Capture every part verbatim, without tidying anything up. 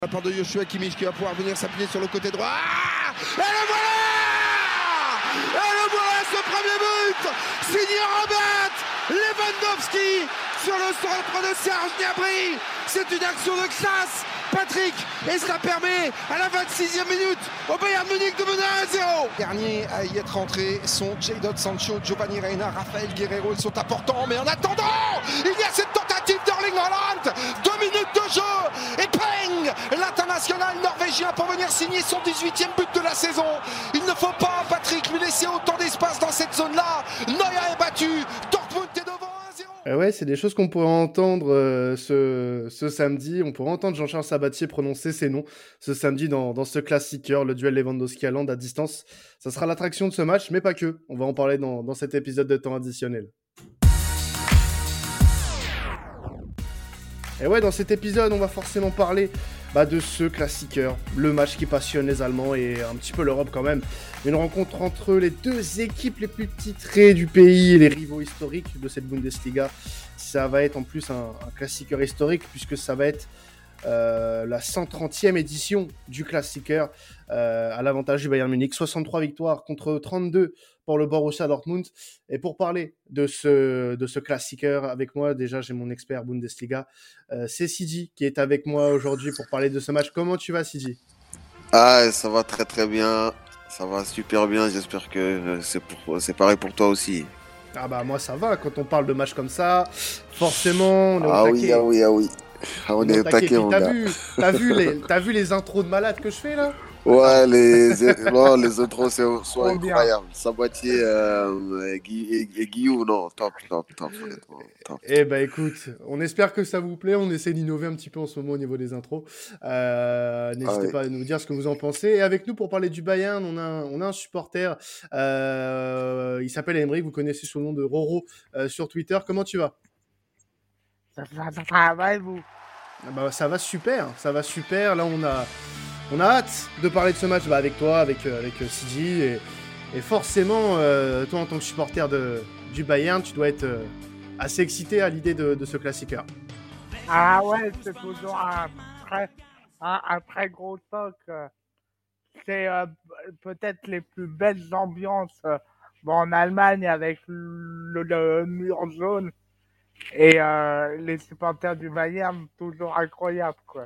La part de Joshua Kimmich qui va pouvoir venir s'appuyer sur le côté droit. Ah, et le voilà! Et le voilà, ce premier but signé Robert Lewandowski sur le centre de Serge Gnabry. C'est une action de classe, Patrick, et cela permet à la vingt-sixième minute au Bayern Munich de mener à zéro. Dernier à y être rentré sont Jadon Sancho, Giovanni Reina, Rafael Guerreiro. Ils sont importants, mais en attendant, il y a cette tentative d'Erling Haaland. Deux minutes de jeu et peng, l'international norvégien pour venir signer son dix-huitième but de la saison. Il ne faut pas, Patrick, lui laisser autant d'espace dans cette zone-là. Neuer est battu, Dortmund est devant. Euh ouais, c'est des choses qu'on pourrait entendre euh, ce, ce samedi. On pourrait entendre Jean-Charles Sabatier prononcer ses noms ce samedi dans, dans ce classiqueur, le duel Lewandowski-Haaland à distance. Ça sera l'attraction de ce match, mais pas que. On va en parler dans, dans cet épisode de temps additionnel. Et ouais, dans cet épisode, on va forcément parler bah, de ce classiqueur, le match qui passionne les Allemands et un petit peu l'Europe quand même. Une rencontre entre les deux équipes les plus titrées du pays et les rivaux historiques de cette Bundesliga. Ça va être en plus un, un classiqueur historique puisque ça va être euh, la cent trentième édition du classiqueur euh, à l'avantage du Bayern Munich. soixante-trois victoires contre trente-deux pour le Borussia Dortmund. Et pour parler de ce, de ce classiqueur avec moi, déjà j'ai mon expert Bundesliga, euh, c'est Sidi qui est avec moi aujourd'hui pour parler de ce match. Comment tu vas, Sidi ? Ah, ça va très très bien, ça va super bien, j'espère que c'est, pour, c'est pareil pour toi aussi. Ah bah moi ça va, quand on parle de matchs comme ça, forcément on est ah au oui, taquet. Ah oui, ah oui, ah oui, on, on est au taquet, mon t'as gars. Vu, t'as, vu les, t'as vu les intros de malade que je fais là ? Ouais, les, non, les intros sont, sont incroyables. Sabatier euh, et, Gui, et, et Guillaume, non, top, top, top, honnêtement, top. Eh ben écoute, on espère que ça vous plaît. On essaie d'innover un petit peu en ce moment au niveau des intros. Euh, n'hésitez ah ouais. pas à nous dire ce que vous en pensez. Et avec nous pour parler du Bayern, on a un, on a un supporter. Euh, il s'appelle Emery. Vous connaissez son nom de Roro euh, sur Twitter. Comment tu vas ? Ça va, ça va et vous ? Ah bah, ça va super, ça va super. Là, on a, on a hâte de parler de ce match bah, avec toi, avec, euh, avec euh, Sidi. Et, et forcément, euh, toi, en tant que supporter de, du Bayern, tu dois être euh, assez excité à l'idée de, de ce classiqueur. Ah ouais, c'est toujours un très, un, un très gros toc. C'est euh, peut-être les plus belles ambiances euh, bon, en Allemagne avec le, le mur jaune. Et euh, les supporters du Bayern, toujours incroyables, quoi.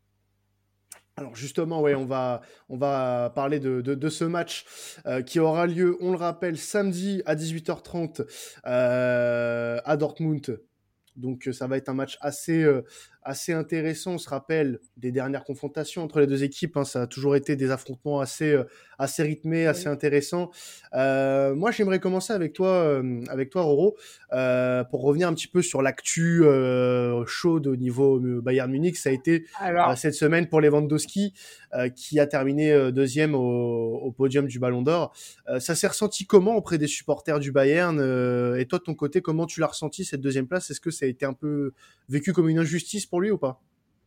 Alors justement, ouais, on va, on va parler de, de, de ce match euh, qui aura lieu, on le rappelle, samedi à dix-huit heures trente euh, à Dortmund. Donc ça va être un match assez, euh, assez intéressant. On se rappelle des dernières confrontations entre les deux équipes. Hein. Ça a toujours été des affrontements assez, euh, assez rythmés, assez oui. intéressants. Euh, moi, j'aimerais commencer avec toi, euh, avec toi, Roro, euh, pour revenir un petit peu sur l'actu euh, chaude au niveau Bayern Munich. Ça a été Alors... euh, cette semaine pour Lewandowski, euh, qui a terminé euh, deuxième au, au podium du Ballon d'Or. Euh, ça s'est ressenti comment auprès des supporters du Bayern euh, Et toi, de ton côté, comment tu l'as ressenti cette deuxième place ? Est-ce que ça a été un peu vécu comme une injustice pour lui ou pas ?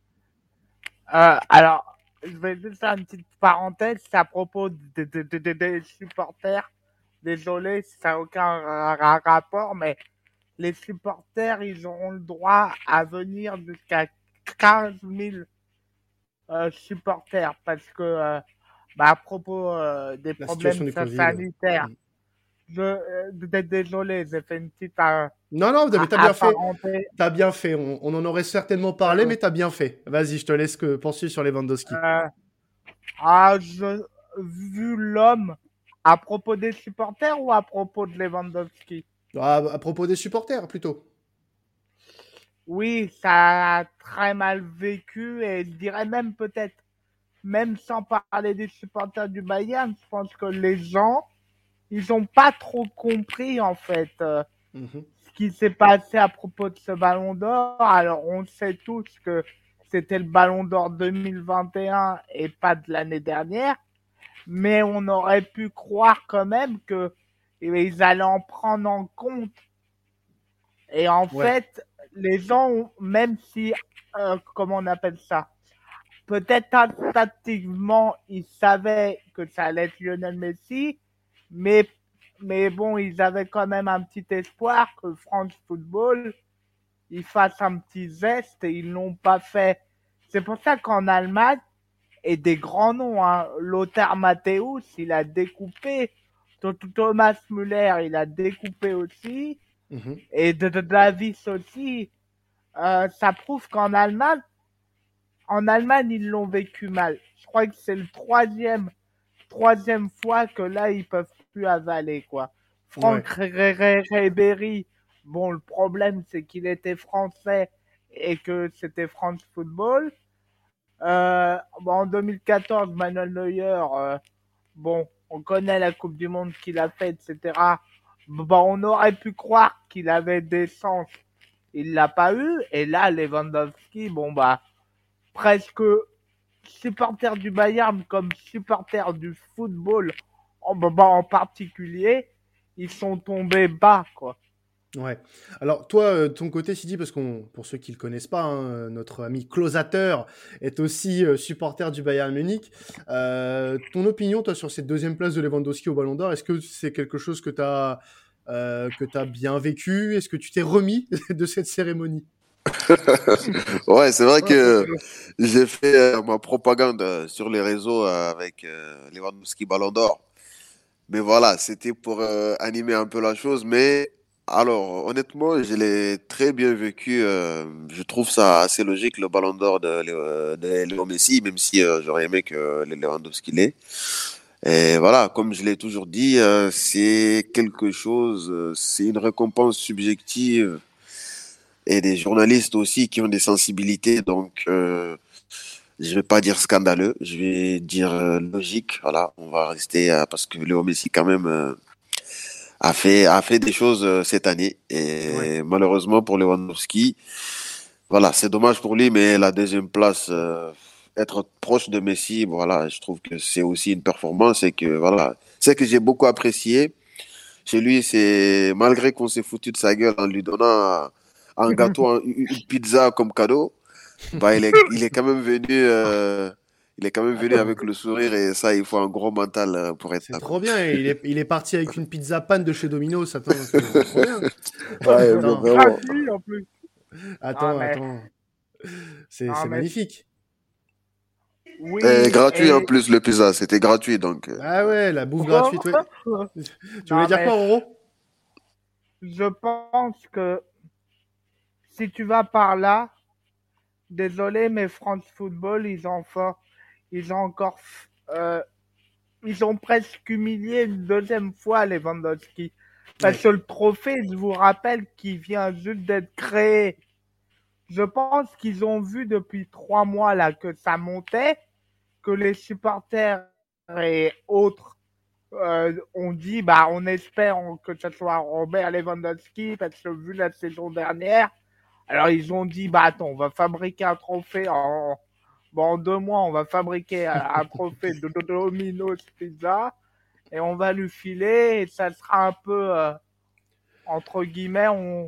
euh, Alors, je vais juste faire une petite parenthèse à propos des de, de, de, de supporters. Désolé, ça n'a aucun rapport, mais les supporters, ils auront le droit à venir jusqu'à quinze mille euh, supporters parce que, euh, bah, à propos euh, des La problèmes sanitaires, mmh. je euh, désolé, j'ai fait une petite. Euh, non, non, mais t'as bien fait. T'as bien fait. On, on en aurait certainement parlé, euh, mais t'as bien fait. Vas-y, je te laisse que poursuivre sur Lewandowski. Euh, ah, je, vu l'homme, à propos des supporters ou à propos de Lewandowski ? Ah, à propos des supporters, plutôt. Oui, ça a très mal vécu et je dirais même peut-être, même sans parler des supporters du Bayern, je pense que les gens, ils n'ont pas trop compris en fait euh, mm-hmm. ce qui s'est passé à propos de ce Ballon d'Or. Alors on sait tous que c'était le Ballon d'Or deux mille vingt et un et pas de l'année dernière, mais on aurait pu croire quand même que ils allaient en prendre en compte. Et en ouais. fait, les gens, même si, euh, comment on appelle ça, peut-être instinctivement, ils savaient que ça allait être Lionel Messi, mais, mais bon, ils avaient quand même un petit espoir que France Football, ils fassent un petit geste et ils l'ont pas fait C'est pour ça qu'en Allemagne, et des grands noms, hein, Lothar Matthäus, il a découpé, Thomas Müller, il a découpé aussi, mm-hmm. et de, de Davis aussi. Euh, ça prouve qu'en Allemagne, en Allemagne, ils l'ont vécu mal. Je crois que c'est le troisième, troisième fois que là, ils peuvent plus avaler, quoi. Franck ouais. Ribéry, bon, le problème, c'est qu'il était français et que c'était France Football. Euh, bon, en deux mille quatorze, Manuel Neuer, euh, bon, on connaît la Coupe du Monde qu'il a faite, et cetera. Bon, on aurait pu croire qu'il avait des sens. Il l'a pas eu. Et là, Lewandowski, bon, bah, presque supporter du Bayern comme supporter du football en, bah, en particulier, ils sont tombés bas, quoi. Ouais. Alors toi, ton côté, Sidi, parce qu'on, pour ceux qui le connaissent pas, hein, notre ami Closateur est aussi euh, supporter du Bayern Munich. Euh, ton opinion, toi, sur cette deuxième place de Lewandowski au Ballon d'Or, est-ce que c'est quelque chose que t'as euh, que t'as bien vécu? Est-ce que tu t'es remis de cette cérémonie? Ouais, c'est vrai que j'ai fait euh, ma propagande sur les réseaux euh, avec euh, Lewandowski Ballon d'Or. Mais voilà, c'était pour euh, animer un peu la chose. Mais alors, honnêtement, je l'ai très bien vécu. Euh, je trouve ça assez logique, le Ballon d'Or de, Léo- de Léo Messi, même si euh, j'aurais aimé que Lewandowski l'ait. Et voilà, comme je l'ai toujours dit, euh, c'est quelque chose, euh, c'est une récompense subjective et des journalistes aussi qui ont des sensibilités. Donc, euh, je vais pas dire scandaleux, je vais dire euh, logique. Voilà, on va rester euh, parce que Léo Messi quand même euh, a fait a fait des choses euh, cette année et ouais. Malheureusement pour Lewandowski, voilà, c'est dommage pour lui, mais la deuxième place, euh, être proche de Messi, voilà, je trouve que c'est aussi une performance et que voilà, c'est que j'ai beaucoup apprécié chez lui, c'est malgré qu'on s'est foutu de sa gueule en lui donnant un gâteau, une pizza comme cadeau. Bah, il est, il est quand même venu, euh, il est quand même venu avec le sourire et ça, il faut un gros mental pour être c'est là. C'est trop bien. Il est, il est parti avec une pizza panne de chez Domino's. Ça, c'est trop bien. Ouais, attends, mais vraiment. En plus. Attends, Ah, mais... attends. C'est, ah, c'est mais... magnifique. Oui, et gratuit et... en plus le pizza, c'était gratuit donc. Ah ouais, la bouffe gratuite. Ouais. Tu voulais non, dire mais... quoi, Roro? Je pense que si tu vas par là, désolé, mais France Football, ils ont fort, ils ont encore, euh, ils ont presque humilié une deuxième fois Lewandowski. Parce ouais. que le trophée, je vous rappelle, qui vient juste d'être créé. Je pense qu'ils ont vu depuis trois mois là que ça montait, que les supporters et autres euh, ont dit, bah, on espère que ce soit Robert Lewandowski parce que vu la saison dernière. Alors, ils ont dit, bah, attends, on va fabriquer un trophée en, bon, en deux mois, on va fabriquer un, un trophée de Domino's Pizza et on va lui filer et ça sera un peu, euh, entre guillemets, on,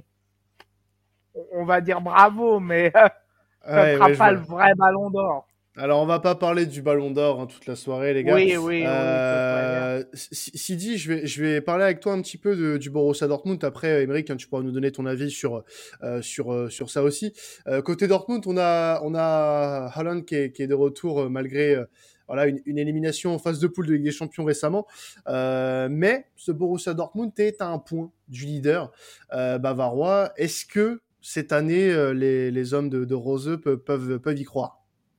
on va dire bravo, mais euh, ça ouais, sera ouais, pas le vrai ballon d'or. Alors, on va pas parler du Ballon d'Or hein, toute la soirée, les gars. Oui, oui, euh, oui. Sidi, je vais, je vais parler avec toi un petit peu de, du Borussia Dortmund. Après, Aymeric, hein, tu pourras nous donner ton avis sur euh, sur euh, sur ça aussi. Euh, côté Dortmund, on a on a Haaland qui est, qui est de retour euh, malgré euh, voilà une, une élimination en phase de poule de Ligue des Champions récemment. Euh, mais ce Borussia Dortmund est à un point du leader euh, bavarois. Est-ce que cette année, euh, les, les hommes de, de Rose peuvent, peuvent peuvent y croire?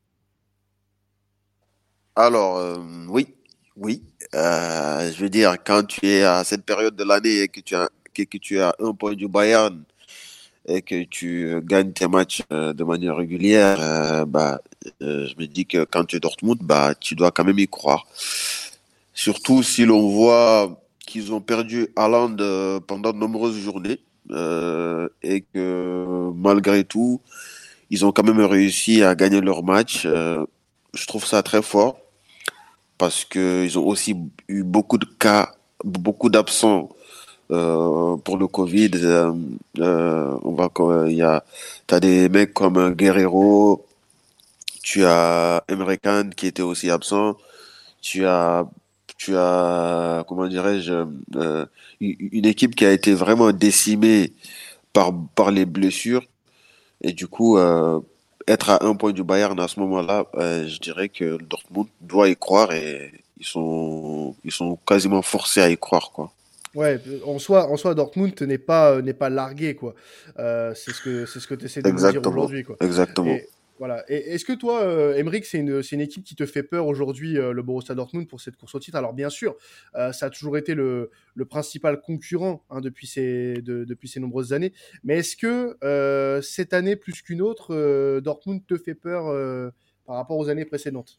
Alors, euh, oui, oui. Euh, je veux dire, quand tu es à cette période de l'année et que tu as, que, que tu as un point du Bayern et que tu gagnes tes matchs euh, de manière régulière, euh, bah, euh, je me dis que quand tu es Dortmund, bah, tu dois quand même y croire. Surtout si l'on voit qu'ils ont perdu Haaland euh, pendant de nombreuses journées euh, et que malgré tout, ils ont quand même réussi à gagner leur match. Euh, je trouve ça très fort. Parce qu'ils ont aussi eu beaucoup de cas, beaucoup d'absents euh, pour le Covid. Euh, euh, on va, il y a, t'as des mecs comme Guerrero, tu as Emre Can qui était aussi absent, tu as, tu as, comment dirais-je, euh, une équipe qui a été vraiment décimée par par les blessures et du coup, euh, être à un point du Bayern à ce moment-là, euh, je dirais que le Dortmund doit y croire et ils sont, ils sont quasiment forcés à y croire, quoi. Ouais, en soi, en soi, Dortmund n'est pas, n'est pas largué, quoi. Euh, c'est ce que, c'est ce que tu essaies de nous dire Exactement, aujourd'hui, quoi. exactement. Et voilà. Et est-ce que toi, euh, Emeric, c'est une, c'est une équipe qui te fait peur aujourd'hui, euh, le Borussia Dortmund, pour cette course au titre? Alors bien sûr, euh, ça a toujours été le, le principal concurrent hein, depuis ces, de- depuis ces nombreuses années. Mais est-ce que euh, cette année plus qu'une autre, euh, Dortmund te fait peur euh, par rapport aux années précédentes?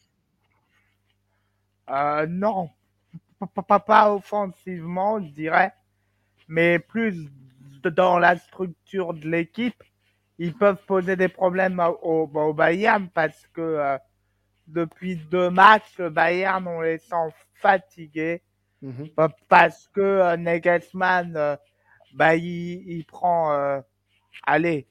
Euh, non, pas, pas, pas offensivement, je dirais, mais plus dans la structure de l'équipe. Ils peuvent poser des problèmes au, au, au Bayern parce que euh, depuis deux matchs, le Bayern, on les sent fatigués. Mhm. Parce que euh, Nagelsmann, euh, bah, il, il prend, euh, allez,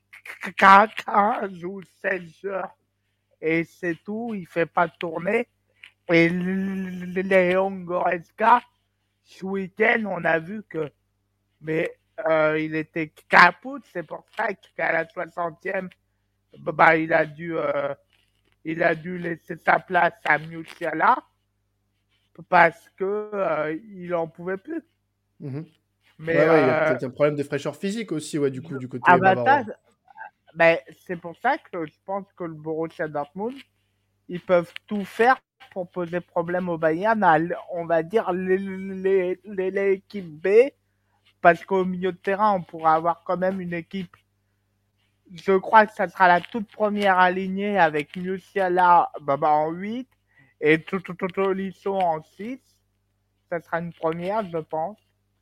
quinze ou seize heures et c'est tout, il fait pas tourner. Et Léon Goretzka, ce week-end, on a vu que, mais euh, il était caput, c'est pour ça qu'à la soixantième, bah, il a dû, euh, il a dû laisser sa place à Musiala parce que euh, il en pouvait plus. Mhm. Mais Ouais, ouais, il y a euh, peut-être un problème de fraîcheur physique aussi, ouais, du coup, du côté bavarois. avantage, ben, c'est pour ça que je pense que le Borussia Dortmund, ils peuvent tout faire pour poser problème au Bayern, à, on va dire l'équipe B, parce qu'au milieu de terrain, on pourra avoir quand même une équipe. Je crois que ça sera la toute première alignée avec Musiala bah, bah, en huit et Tolisso en six. Ça sera une première, je pense.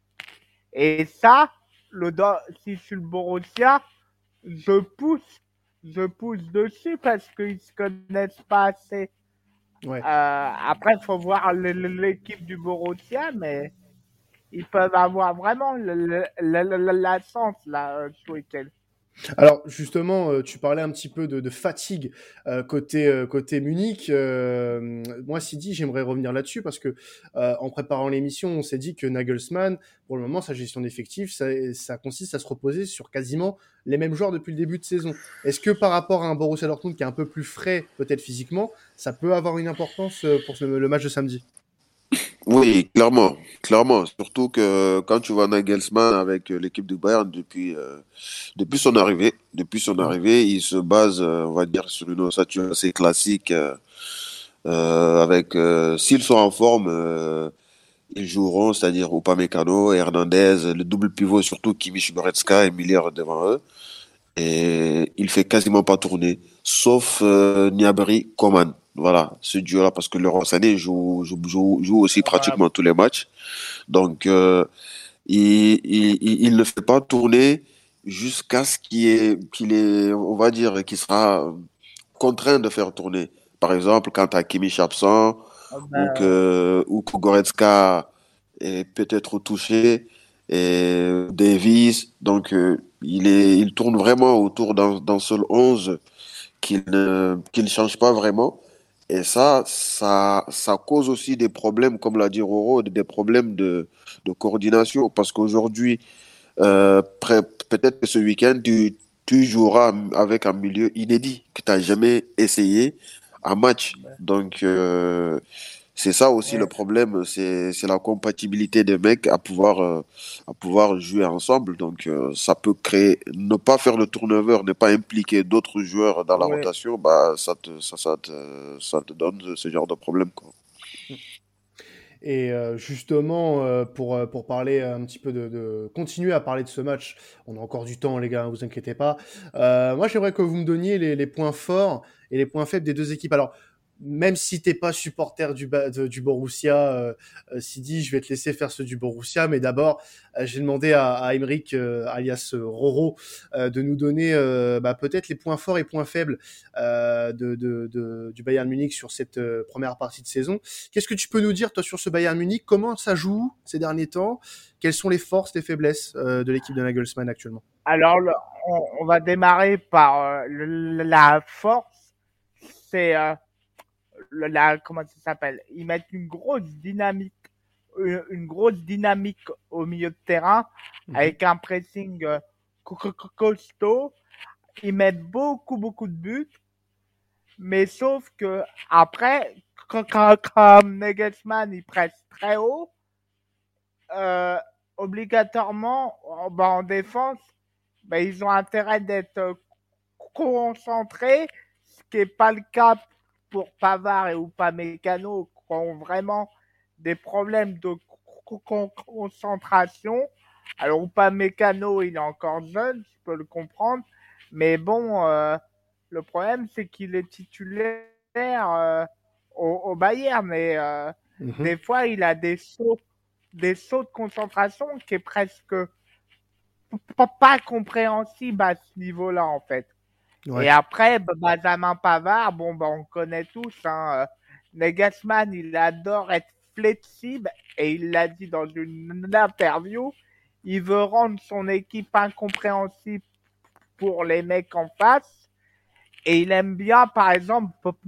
Et ça, le do- si je suis le Borussia, je pousse, je pousse dessus parce qu'ils se connaissent pas assez. Ouais. Euh, après, il faut voir l'équipe du Borussia, mais ils peuvent avoir vraiment le, le, le, le, la chance là, ce week-end. Alors justement, euh, tu parlais un petit peu de, de fatigue euh, côté euh, côté Munich. Euh, moi, Sidi, j'aimerais revenir là-dessus parce que euh, en préparant l'émission, on s'est dit que Nagelsmann, pour le moment, sa gestion d'effectifs, ça, ça consiste à se reposer sur quasiment les mêmes joueurs depuis le début de saison. Est-ce que par rapport à un Borussia Dortmund qui est un peu plus frais, peut-être physiquement, ça peut avoir une importance euh, pour ce- le match de samedi? Oui, clairement, clairement. Surtout que quand tu vois Nagelsmann avec euh, l'équipe du Bayern depuis, euh, depuis son arrivée, depuis son Mhm. arrivée, il se base, euh, on va dire, sur une ossature assez classique. Euh, euh, avec, euh, s'ils sont en forme, euh, ils joueront, c'est-à-dire Upamecano, Hernandez, le double pivot, surtout Kimmich, Goretzka et Miller devant eux. Et il fait quasiment pas tourner, sauf euh, Gnabry, Coman. Voilà, ce duo-là, parce que Laurent Sané joue, joue, joue, joue aussi Voilà. pratiquement tous les matchs. Donc, euh, il, il, il il ne fait pas tourner jusqu'à ce qu'il est, qu'il est, on va dire, qu'il sera contraint de faire tourner. Par exemple, quand tu as Kimmich absent ou Ben, que, ou que Goretzka est peut-être touché et Davis, donc euh, il est, il tourne vraiment autour d'un d'un seul onze qu'il ne, qu'il ne change pas vraiment. Et ça, ça, ça cause aussi des problèmes, comme l'a dit Roro, des problèmes de, de coordination. Parce qu'aujourd'hui, euh, pré- peut-être que ce week-end, tu, tu joueras avec un milieu inédit que tu n'as jamais essayé en match. ben, Donc, euh, c'est ça aussi le ouais. problème, c'est c'est la compatibilité des mecs à pouvoir euh, à pouvoir jouer ensemble. Donc euh, ça peut créer ne pas faire le turnover, ne pas impliquer d'autres joueurs dans la Ouais. rotation, bah ça te ça, ça te ça te donne ce genre de problème, quoi. Et euh, justement, euh, pour, euh, pour parler un petit peu de, de... continuer à parler de ce match, on a encore du temps, les gars, ne vous inquiétez pas. Euh, moi, j'aimerais que vous me donniez les, les points forts et les points faibles des deux équipes. Alors, même si t'es pas supporter du, ba- de- du Borussia, euh, euh, Sidi, je vais te laisser faire ceux du Borussia. Mais d'abord, euh, j'ai demandé à, à Aymeric, euh, alias euh, Roro, euh, de nous donner euh, bah, peut-être les points forts et points faibles euh, de, de, de- du Bayern Munich sur cette euh, première partie de saison. Qu'est-ce que tu peux nous dire, toi, sur ce Bayern Munich? Comment ça joue ces derniers temps? Quelles sont les forces, les faiblesses euh, de l'équipe de Nagelsmann actuellement? Alors, le- on, on va démarrer par euh, le- la force. C'est euh, le- la comment ça s'appelle? Ils mettent une grosse dynamique, une, une grosse dynamique au milieu de terrain Mhm. avec un pressing euh, co- co- co- costaud. ils mettent beaucoup, beaucoup de buts, mais sauf que après, quand, quand, quand Nagelsmann, il presse très haut, euh, obligatoirement, en, bah, en défense, bah, ils ont intérêt d'être euh, concentrés, ce qui n'est pas le cas pour Pavard et Upamecano, qui ont vraiment des problèmes de concentration. Alors Upamecano, il est encore jeune, je peux le comprendre, mais bon, euh, le problème, c'est qu'il est titulaire euh, au, au Bayern, mais euh, Mhm. des fois, il a des sauts, des sauts de concentration qui est presque pas, pas compréhensible à ce niveau-là, en fait. Ouais. Et après, Benjamin Pavard, bon, bah, on connaît tous, hein, euh, Nagelsmann, il adore être flexible, et il l'a dit dans une interview, il veut rendre son équipe incompréhensible pour les mecs en face, et il aime bien, par exemple,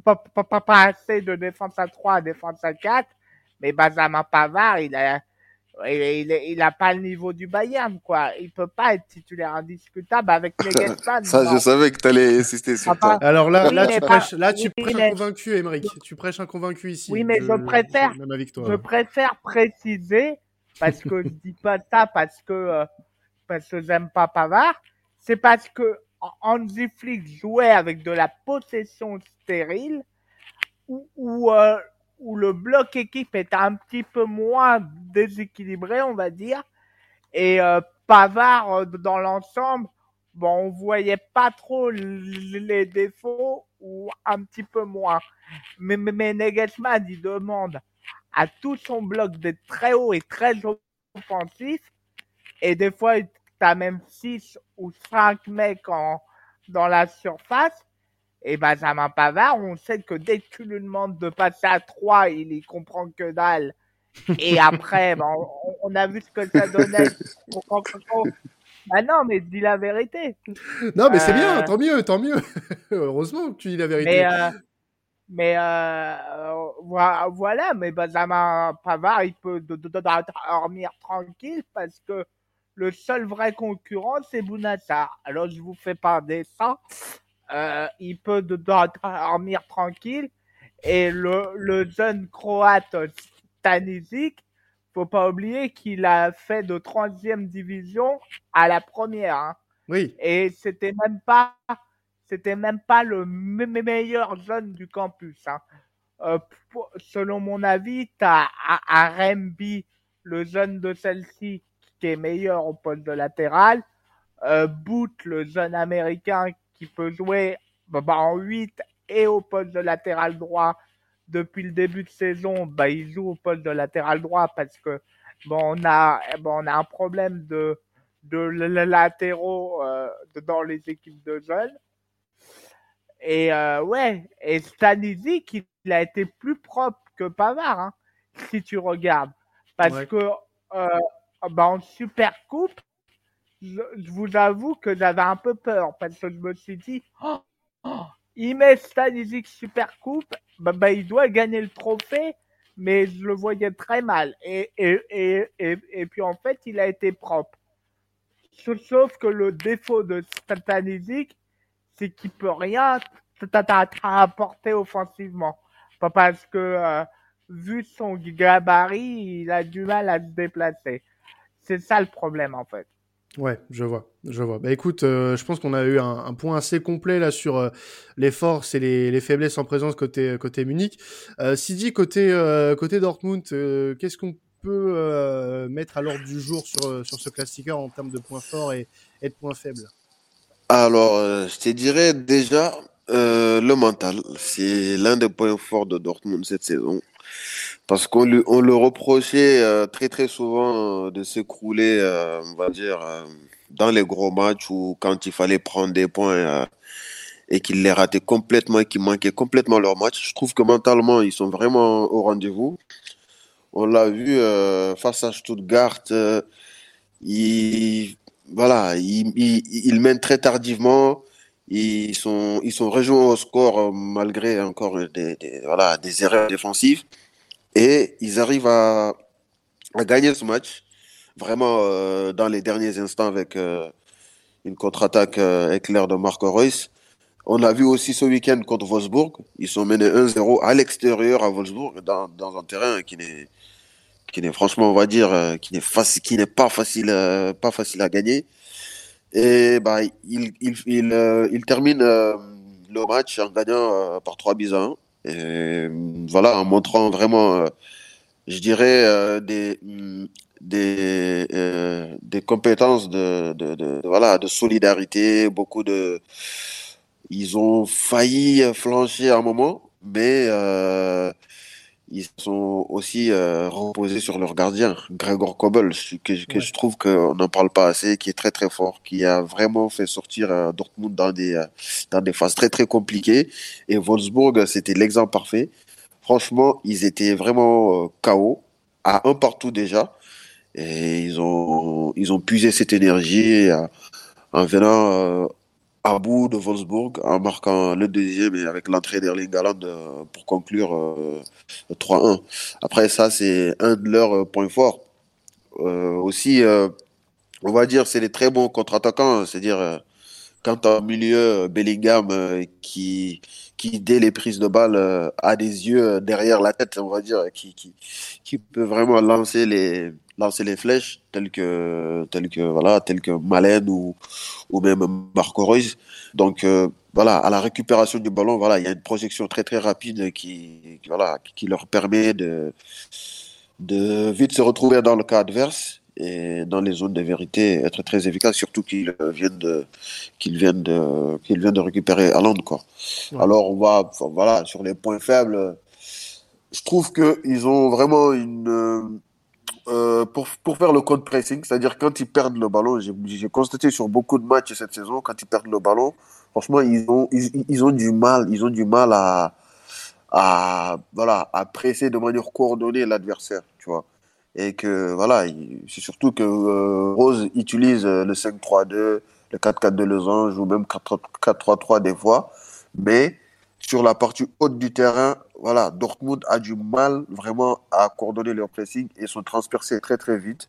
passer de défense à trois à défense à quatre, mais Benjamin Pavard, il a, il, il, il a pas le niveau du Bayern, quoi. Il peut pas être titulaire indiscutable avec Nagelsmann, Ça, je non. savais que tu allais insister sur Enfin, ça. Alors là, oui, là, mais tu pas, prêches, là, tu oui, prêches un mais, convaincu, Émeric. Tu prêches un convaincu ici. oui, mais je, je préfère, je- même avec toi. je préfère préciser, parce que je dis pas ça parce que, euh, parce que j'aime pas Pavard, c'est parce que Hansi Flick jouait avec de la possession stérile, où, où, euh, où le bloc équipe est un petit peu moins déséquilibré, on va dire, et euh, Pavard, euh, dans l'ensemble, bon, on voyait pas trop les défauts, ou un petit peu moins. Mais, mais, mais Nagelsmann, il demande à tout son bloc d'être très haut et très offensif, et des fois, tu as même six ou cinq mecs en, dans la surface. Et Benjamin Pavard, on sait que dès que tu lui demandes de passer à trois, il y comprend que dalle. Et après, ben, on, on a vu ce que ça donnait. Bah non, mais dis la vérité. Non, mais c'est bien, Euh, tant mieux, tant mieux. Heureusement que tu dis la mais vérité. euh, mais euh, euh, voilà, mais Benjamin Pavard, il peut de, de, de, dormir tranquille parce que le seul vrai concurrent, c'est Bounassar. Alors, je vous fais pas dessin. Euh, il peut de, de, dormir tranquille. Et le, le jeune croate Stanisic, faut pas oublier qu'il a fait de troisième division à la première. Hein. Oui. Et c'était même pas, c'était même pas le me- meilleur jeune du campus. Hein. Euh, pour, selon mon avis, t'as Arembi, le jeune de celle-ci, qui est meilleur au poste de latéral. Euh, Boot, le jeune américain qui peut jouer bah, bah, en huit et au poste de latéral droit depuis le début de saison, bah, il joue au poste de latéral droit parce que bon, on a, bon, on a un problème de, de latéraux euh, dans les équipes de jeunes. Et euh, ouais, et Stanisic, il, il a été plus propre que Pavard, hein, si tu regardes. Parce Ouais. que euh, bah, en Super Coupe, je, je vous avoue que j'avais un peu peur parce que je me suis dit, oh, oh, il met Stanisic Super Coupe, bah, bah, il doit gagner le trophée, mais je le voyais très mal. Et, et, et, et, et puis en fait, il a été propre. Sauf que le défaut de Stanisic, c'est qu'il peut rien apporter offensivement. Pas parce que, euh, vu son gabarit, il a du mal à se déplacer. C'est ça le problème, en fait. Ouais, je vois, je vois. Bah écoute, euh, je pense qu'on a eu un, un point assez complet là sur euh, les forces et les, les faiblesses en présence côté côté Munich. Euh, Sidi, côté euh, côté Dortmund, euh, qu'est-ce qu'on peut euh, mettre à l'ordre du jour sur euh, sur ce classiqueur en termes de points forts et, et de points faibles? Alors, euh, je te dirais déjà euh, le mental. C'est l'un des points forts de Dortmund cette saison. Parce qu'on lui, on le reprochait euh, très très souvent euh, de s'écrouler, euh, on va dire, euh, dans les gros matchs ou quand il fallait prendre des points euh, et qu'ils les rataient complètement et qu'ils manquaient complètement leur match. Je trouve que mentalement, ils sont vraiment au rendez-vous. On l'a vu euh, face à Stuttgart, euh, ils, voilà, ils, ils, ils mènent très tardivement. Ils sont, ils sont rejoints au score euh, malgré encore des, des, voilà, des erreurs défensives. Et ils arrivent à, à gagner ce match, vraiment euh, dans les derniers instants avec euh, une contre-attaque euh, éclair de Marco Reus. On l'a vu aussi ce week-end contre Wolfsburg. Ils sont menés un zéro à l'extérieur à Wolfsburg, dans, dans un terrain qui n'est, qui n'est franchement, on va dire, euh, qui n'est faci- qui n'est pas facile, euh, pas facile à gagner. Et bah, il, il, il, euh, il termine euh, le match en gagnant euh, par trois buts à un. Et euh, voilà, en montrant vraiment, euh, je dirais, euh, des, mm, des, euh, des compétences de, de, de, de- voilà, de solidarité, beaucoup de, ils ont failli flancher à un moment, mais euh, ils sont aussi euh, reposés sur leur gardien, Gregor Kobel, ce que, que Ouais. je trouve qu'on n'en parle pas assez, qui est très très fort, qui a vraiment fait sortir euh, Dortmund dans des, euh, dans des phases très très compliquées. Et Wolfsburg, c'était l'exemple parfait. Franchement, ils étaient vraiment euh, K O, à un partout déjà. Et ils ont, ils ont puisé cette énergie euh, en venant euh, à bout de Wolfsburg, en marquant le deuxième et avec l'entrée d'Erling Haaland euh, pour conclure euh, trois un. Après, ça, c'est un de leurs euh, points forts. Euh, aussi, euh, on va dire, c'est les très bons contre-attaquants, c'est-à-dire euh, quand en milieu, euh, Bellingham euh, qui, qui, dès les prises de balle, euh, a des yeux euh, derrière la tête, on va dire, qui, qui, qui peut vraiment lancer les, lancer les flèches, telles que, telles que, voilà, telles que Malen ou, ou même Marco Reus. Donc, euh, voilà, à la récupération du ballon, voilà, il y a une projection très, très rapide qui, qui, voilà, qui leur permet de, de vite se retrouver dans le cas adverse et dans les zones de vérité être très efficace, surtout qu'ils viennent de qu'ils viennent de qu'ils viennent de récupérer Haaland, quoi. Ouais. Alors on va enfin, voilà, sur les points faibles, je trouve que ils ont vraiment une euh, euh, pour pour faire le code pressing, c'est-à-dire quand ils perdent le ballon, j'ai j'ai constaté sur beaucoup de matchs cette saison, quand ils perdent le ballon, franchement ils ont ils, ils ont du mal, ils ont du mal à à voilà à presser de manière coordonnée l'adversaire, tu vois. Et que voilà, il- c'est surtout que euh, Rose utilise euh, le cinq trois deux, le quatre quatre deux losange ou même quatre trois trois des fois, mais sur la partie haute du terrain, voilà, Dortmund a du mal vraiment à coordonner leur pressing et sont transpercés très très vite.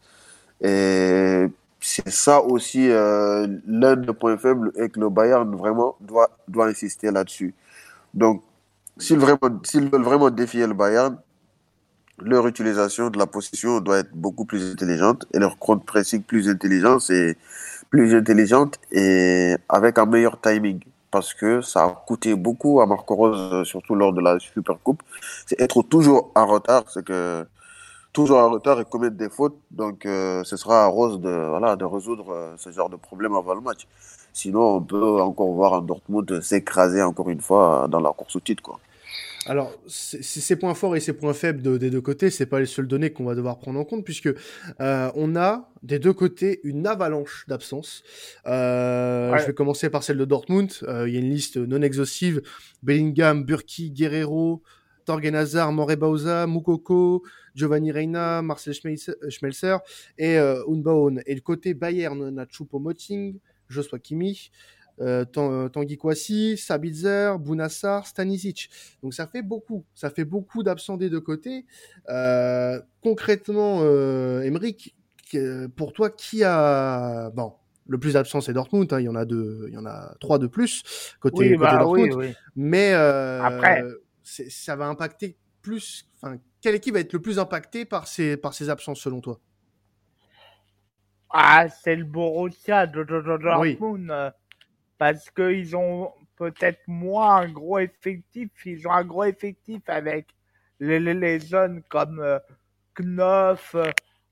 Et c'est ça aussi euh, l'un des points faibles et que le Bayern vraiment doit doit insister là-dessus. Donc S'ils vraiment, s'ils veulent vraiment défier le Bayern, leur utilisation de la possession doit être beaucoup plus intelligente et leur compte pressing plus intelligent, c'est plus intelligente et avec un meilleur timing. Parce que ça a coûté beaucoup à Marco Rose, euh, surtout lors de la Super Coupe. C'est être toujours en retard, c'est que toujours en retard et commettre des fautes. Donc, euh, ce sera à Rose de, voilà, de résoudre euh, ce genre de problème avant le match. Sinon, on peut encore voir un Dortmund s'écraser encore une fois dans la course au titre, quoi. Alors, c'est- c'est- ces points forts et ces points faibles de- des deux côtés, c'est pas les seules données qu'on va devoir prendre en compte, puisque euh, on a des deux côtés une avalanche d'absences. Euh, je Ouais. vais commencer par celle de Dortmund. Euh, Il y a une liste non exhaustive: Bellingham, Burki, Guerrero, Torgen Hazard, More Bauza, Moukoko, Giovanni Reina, Marcel Schmelzer Schmelzer et euh, Unbauen. Et le côté Bayern, on a Choupo-Moting, Joshua Kimmich, euh, Tan- Tanguy Kouassi, Sabitzer, Bounassar, Stanisic. Donc ça fait beaucoup, ça fait beaucoup d'absents des deux côtés. Euh, concrètement, euh, Emeric, que- pour toi, qui a bon le plus d'absents, c'est Dortmund. Hein, il y en a deux, il y en a trois de plus côté Oui, côté bah oui, Dortmund. oui. Mais Après, euh, c'est- ça va impacter plus. Enfin, quelle équipe va être le plus impactée par ces par ces absences selon toi? ah, c'est le Borussia de, de- de Oui, Dortmund euh, parce qu'ils ont peut-être moins un gros effectif. Ils ont un gros effectif avec les, les, les jeunes comme euh, Knopf, euh,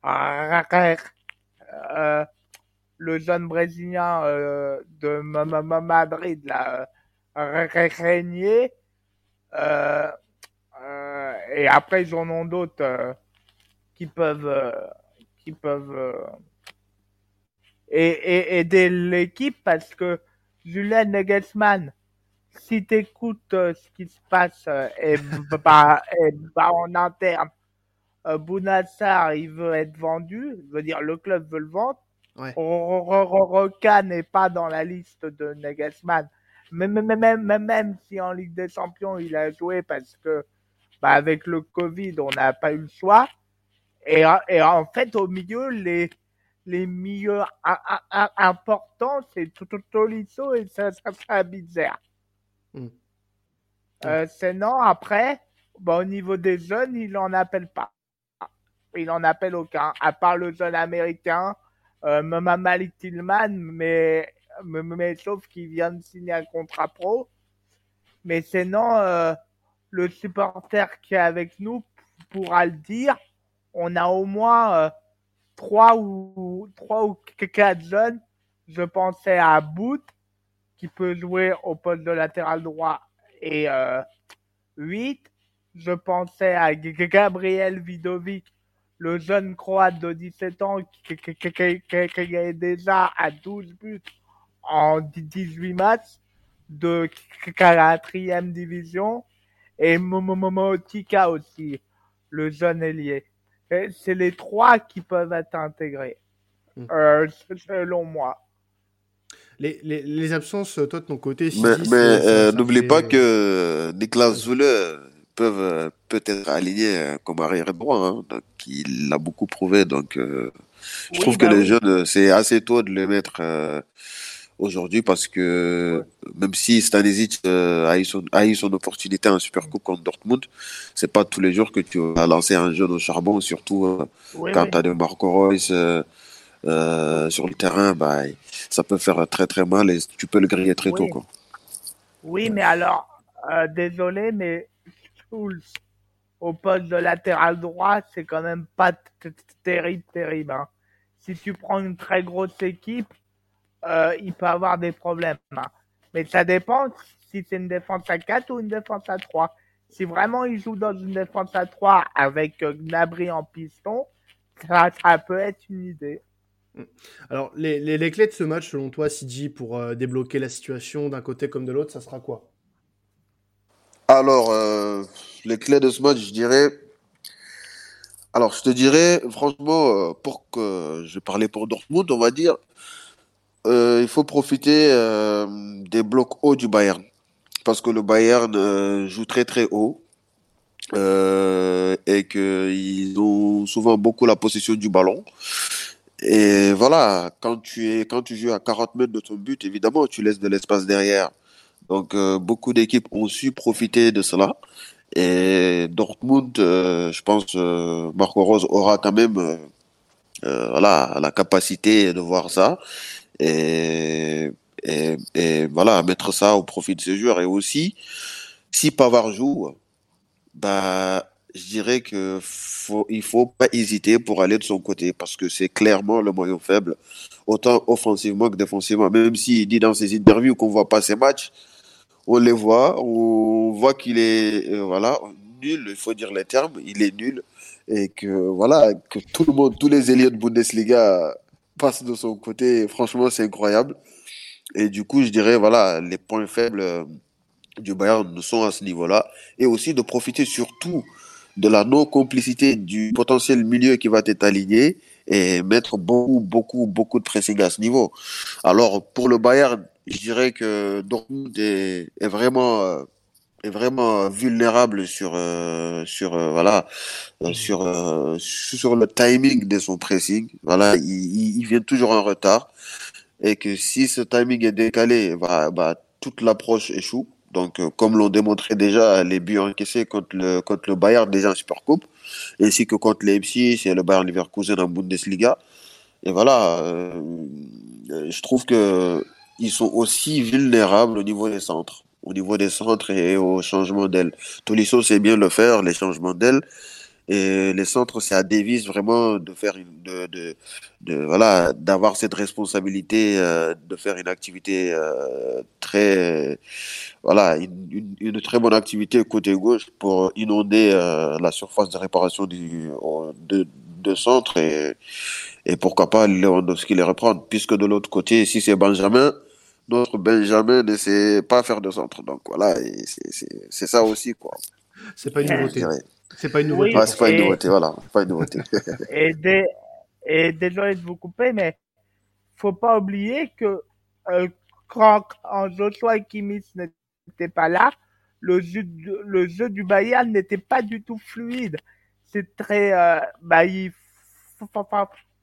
euh, le jeune brésilien euh, de Ma- Ma- Ma- Madrid, là, euh, Régnier. Euh, euh, et après, ils en ont d'autres euh, qui peuvent, euh, qui peuvent euh, et, et, aider l'équipe parce que Julian Nagelsmann, si tu écoutes euh, ce qui se passe euh, et, bah, et bah, en interne, euh, Bounassar, il veut être vendu, je veux dire, le club veut le vendre. ouais. Roca n'est pas dans la liste de Nagelsmann. Même, même, même, même, même si en Ligue des Champions, il a joué parce que bah, avec le Covid, on n'a pas eu le choix. Et, et en fait, au milieu, les, les milieux a- a- a- importants, c'est Tolisso et ça, ça, ça bizarre. Mm. Euh, sinon, après, bah, au niveau des jeunes, il n'en appelle pas. Il n'en appelle aucun, à part le jeune américain, euh, Malik Tillman, mais, mais, mais sauf qu'il vient de signer un contrat pro. Mais sinon, euh, le supporter qui est avec nous pourra le dire. On a au moins euh, trois ou trois ou quatre jeunes. Je pensais à Boot qui peut jouer au poste de latéral droit et euh, huit. Je pensais à Gabriel Vidovic, le jeune croate de dix-sept ans qui, qui, qui, qui, qui est déjà à douze buts en dix-huit matchs de quatrième division. Et Momomotika aussi, le jeune ailier. Et c'est les trois qui peuvent être intégrés, Mm. euh, selon moi. Les, les, les absences, toi de ton côté, Mais, Sidi, mais c'est, ça, euh, ça n'oublie fait... pas que Niklas Vas-y. Zule euh, peuvent euh, peut-être aligner euh, comme arrière droit. Hein. Donc, il l'a beaucoup prouvé. Donc, euh, je Oui, trouve que bah les oui. jeunes, euh, c'est assez tôt de les mettre euh, aujourd'hui parce que Ouais. même si Stanisic euh, a eu son, a eu son opportunité en Supercoupe contre Dortmund, c'est pas tous les jours que tu vas lancer un jeune au charbon, surtout euh, Oui, quand oui. tu as des Marco Reus euh, euh, sur le terrain, bah, ça peut faire très très mal et tu peux le griller très tôt. Oui, Quoi. oui, mais alors, euh, désolé, mais Schulz, au poste de latéral droit, c'est quand même pas t- t- terrible, terrible. Hein. Si tu prends une très grosse équipe, euh, il peut avoir des problèmes. Hein. Mais ça dépend si c'est une défense à quatre ou une défense à trois. Si vraiment il joue dans une défense à trois avec euh, Gnabry en piston, ça, ça peut être une idée. Alors, les, les, les clés de ce match, selon toi, Sidi, pour euh, débloquer la situation d'un côté comme de l'autre, ça sera quoi? Alors, euh, les clés de ce match, je dirais. Alors, je te dirais, franchement, euh, pour que je parlais pour Dortmund, on va dire, euh, il faut profiter euh, des blocs hauts du Bayern. Parce que le Bayern euh, joue très très haut euh, et qu'ils ont souvent beaucoup la possession du ballon. Et voilà, quand tu es, quand tu joues à quarante mètres de ton but, évidemment, tu laisses de l'espace derrière. Donc, euh, beaucoup d'équipes ont su profiter de cela. Et Dortmund, euh, je pense, euh, Marco Rose aura quand même euh, euh, voilà, la capacité de voir ça et, et, et voilà, mettre ça au profit de ses joueurs. Et aussi, si Pavard joue, bah, je dirais que faut, il faut pas hésiter pour aller de son côté parce que c'est clairement le maillon faible, autant offensivement que défensivement. Même s'il dit dans ses interviews qu'on voit pas ses matchs, on les voit, on voit qu'il est euh, voilà nul, il faut dire les termes, il est nul et que voilà que tout le monde, tous les élites de Bundesliga passent de son côté. Franchement, c'est incroyable. Et du coup, je dirais voilà les points faibles euh, du Bayern sont à ce niveau-là et aussi de profiter surtout de la non-complicité du potentiel milieu qui va être aligné et mettre beaucoup, beaucoup, beaucoup de pressing à ce niveau. Alors, pour le Bayern, je dirais que Dortmund est, est vraiment, euh, est vraiment vulnérable sur, euh, sur, euh, voilà, euh, sur, euh, sur le timing de son pressing. Voilà, il, il, il vient toujours en retard et que si ce timing est décalé, bah, bah, toute l'approche échoue. Donc, euh, comme l'ont démontré déjà les buts encaissés contre le, contre le Bayern déjà en Supercoupe, ainsi que contre Leipzig et le Bayern Leverkusen en Bundesliga. Et voilà, euh, euh, je trouve que ils sont aussi vulnérables au niveau des centres, au niveau des centres et au changement d'aile. Tolisso sait bien le faire, les changements d'aile. Et les centres, c'est à Davis vraiment de faire une, de, de, de voilà, d'avoir cette responsabilité, euh, de faire une activité euh, très, voilà, une, une, une très bonne activité côté gauche pour inonder euh, la surface de réparation du, de, de centre et, et pourquoi pas Lewandowski les reprendre, puisque de l'autre côté, si c'est Benjamin, notre Benjamin ne sait pas faire de centre. Donc voilà, et c'est, c'est, c'est ça aussi, quoi, C'est pas une je nouveauté. dirais. C'est pas une nouveauté Oui, Ouais, pour c'est pas toi. une et, nouveauté, voilà, c'est pas une nouveauté. et, dé- et désolé de vous couper, mais faut pas oublier que euh, quand, quand Joshua Kimmich n'était pas là, le jeu, de- le jeu du Bayern n'était pas du tout fluide. C'est très, euh, bah, il faut, faut- faut-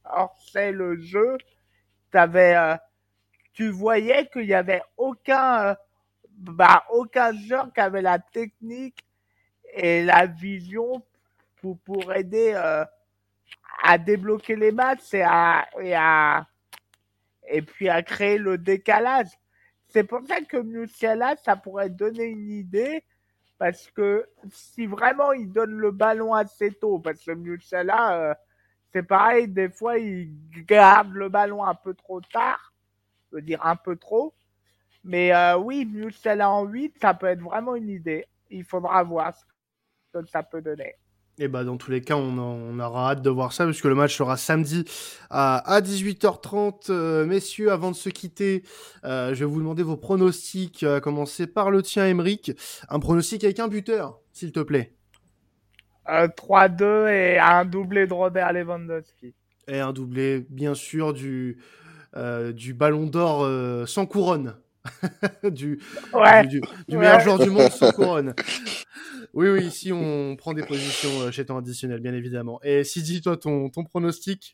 forçait le jeu. T'avais, euh, tu voyais qu'il y avait aucun, euh, bah, aucun joueur qui avait la technique et la vision pour, pour aider euh, à débloquer les matchs et à, et à et puis à créer le décalage. C'est pour ça que Musiala, ça pourrait donner une idée, parce que si vraiment il donne le ballon assez tôt, parce que Musiala, euh, c'est pareil, des fois il garde le ballon un peu trop tard, je veux dire un peu trop, mais euh, oui, Musiala en huit, ça peut être vraiment une idée. Il faudra voir ce que ça peut donner. Et bah dans tous les cas, on, en, on aura hâte de voir ça, puisque le match sera samedi à, à dix-huit heures trente. Euh, messieurs, avant de se quitter, euh, je vais vous demander vos pronostics, à commencer par le tien, Aymeric. Un pronostic avec un buteur, s'il te plaît. Euh, trois deux et un doublé de Robert Lewandowski. Et un doublé, bien sûr, du, euh, du ballon d'or euh, sans couronne. du, ouais. du, du, du ouais. meilleur joueur du monde sans couronne. Oui, oui, ici on prend des positions chez temps additionnel, bien évidemment. Et Sidi, toi, ton, ton pronostic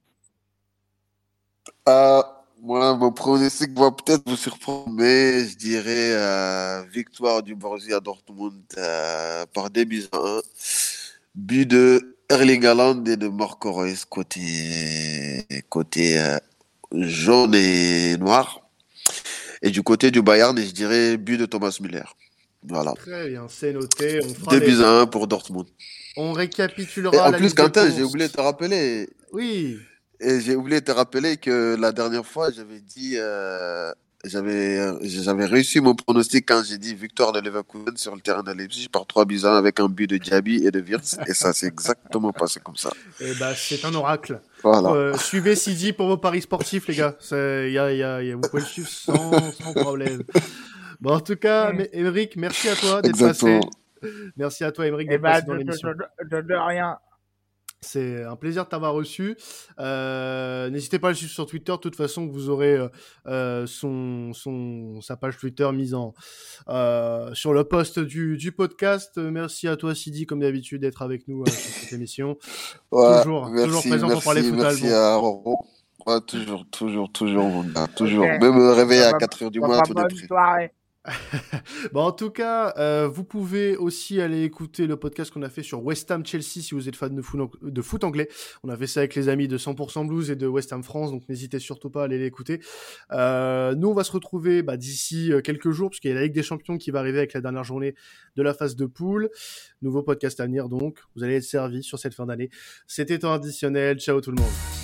euh, Moi, mon pronostic va peut-être vous surprendre, mais je dirais euh, victoire du Borussia Dortmund euh, par deux buts à un. But de Erling Haaland et de Marco Reus côté, côté euh, jaune et noir. Et du côté du Bayern, je dirais but de Thomas Müller. Voilà. Très bien, c'est noté. On fera deux les... buts à un pour Dortmund. On récapitulera. Et en la plus, liste Quentin, des j'ai oublié de te rappeler. Oui. Et j'ai oublié de te rappeler que la dernière fois, j'avais dit, euh, j'avais, euh, j'avais réussi mon pronostic quand j'ai dit victoire de Leverkusen sur le terrain de Leipzig par trois buts à un avec un but de Diaby et de Wirtz. Et ça s'est exactement passé comme ça. Et bah, c'est un oracle. Voilà. Euh, suivez Sidi pour vos paris sportifs, les gars. Y a, y a, y a, vous pouvez le suivre sans, sans problème. Bon, en tout cas, mmh. Aymeric, merci à toi d'être passé. Merci à toi, Aymeric, d'être bah, passé dans de, l'émission. De, de, de, de rien. C'est un plaisir de t'avoir reçu. Euh, n'hésitez pas à le suivre sur Twitter. De toute façon, vous aurez euh, son, son, sa page Twitter mise en, euh, sur le post du, du podcast. Merci à toi, Sidi, comme d'habitude, d'être avec nous euh, sur cette émission. Ouais, toujours, merci, toujours présent merci, pour parler foot merci allemand. à Roro. Ouais, toujours, toujours, toujours, mon gars, toujours. Okay. Même me réveiller à quatre heures du matin, tout est prêt. Bon, en tout cas, euh, vous pouvez aussi aller écouter le podcast qu'on a fait sur West Ham Chelsea si vous êtes fan de foot, de foot anglais. On a fait ça avec les amis de cent pour cent Blues et de West Ham France, donc n'hésitez surtout pas à aller l'écouter. Euh, nous, on va se retrouver bah, d'ici quelques jours, parce qu'il y a la Ligue des Champions qui va arriver avec la dernière journée de la phase de poule. Nouveau podcast à venir, donc vous allez être servis sur cette fin d'année. C'était temps additionnel. Ciao tout le monde.